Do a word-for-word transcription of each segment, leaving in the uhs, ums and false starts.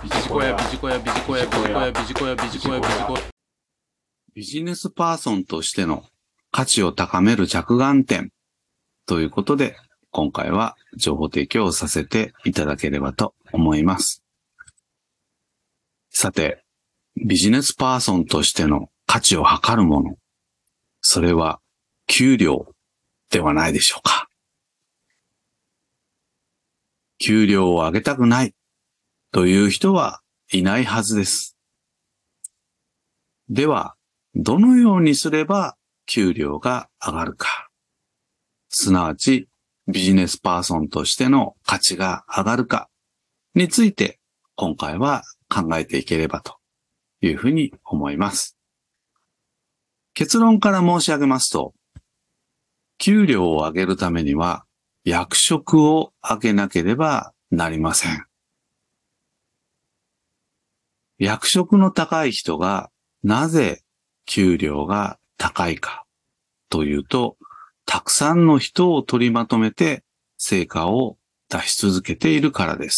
ビジコヤ、ビジコヤ、ビジコヤ、ビジコヤ、ビジコヤ、ビジコヤ、ビジコヤ。 ビジネスパーソンとしての価値を高める着眼点ということで、今回は情報提供をさせていただければと思います。さて、ビジネスパーソンとしての価値を測るもの、それは給料ではないでしょうか。給料を上げたくないという人はいないはずです。では、どのようにすれば給料が上がるか、すなわちビジネスパーソンとしての価値が上がるかについて今回は考えていければというふうに思います。結論から申し上げますと、給料を上げるためには役職を上げなければなりません。役職の高い人がなぜ給料が高いかというと、たくさんの人を取りまとめて成果を出し続けているからです。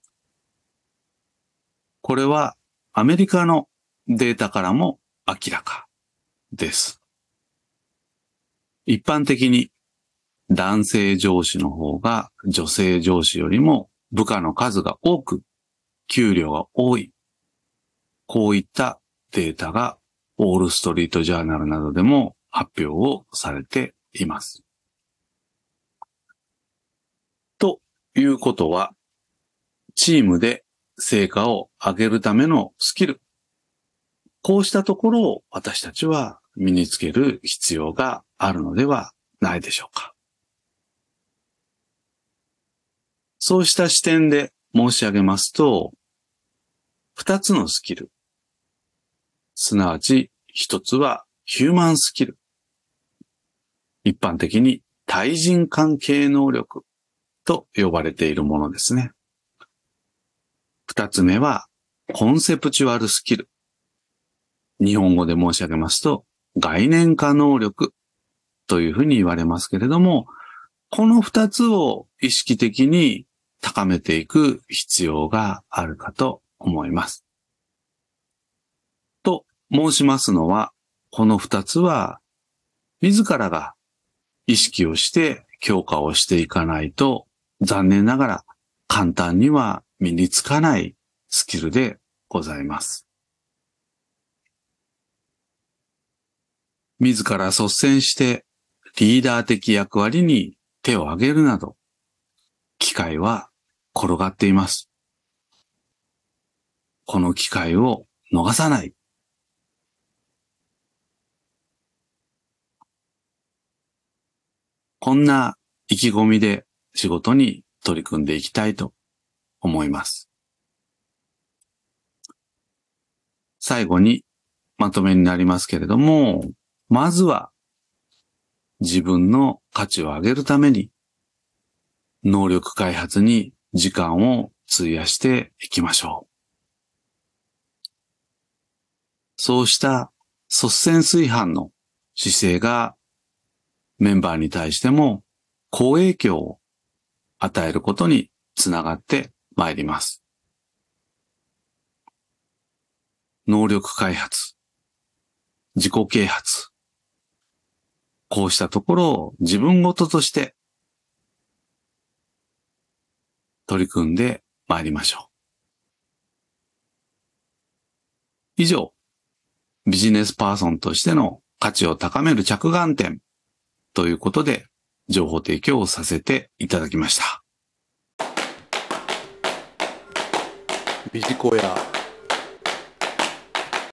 これはアメリカのデータからも明らかです。一般的に男性上司の方が女性上司よりも部下の数が多く、給料が多い。こういったデータがウォールストリートジャーナルなどでも発表をされています。ということは、チームで成果を上げるためのスキル、こうしたところを私たちは身につける必要があるのではないでしょうか。そうした視点で申し上げますと、二つのスキル、すなわち一つはヒューマンスキル、一般的に対人関係能力と呼ばれているものですね。二つ目はコンセプチュアルスキル、日本語で申し上げますと概念化能力というふうに言われますけれども、この二つを意識的に高めていく必要があるかと思います。と申しますのは、この二つは自らが意識をして強化をしていかないと、残念ながら簡単には身につかないスキルでございます。自ら率先してリーダー的役割に手を挙げるなど、機会は転がっています。この機会を逃さない。こんな意気込みで仕事に取り組んでいきたいと思います。最後にまとめになりますけれども、まずは自分の価値を上げるために能力開発に時間を費やしていきましょう。そうした率先垂範の姿勢がメンバーに対しても好影響を与えることにつながってまいります。能力開発、自己啓発、こうしたところを自分ごととして取り組んでまいりましょう。以上、ビジネスパーソンとしての価値を高める着眼点ということで情報提供をさせていただきました。 ビジコヤ。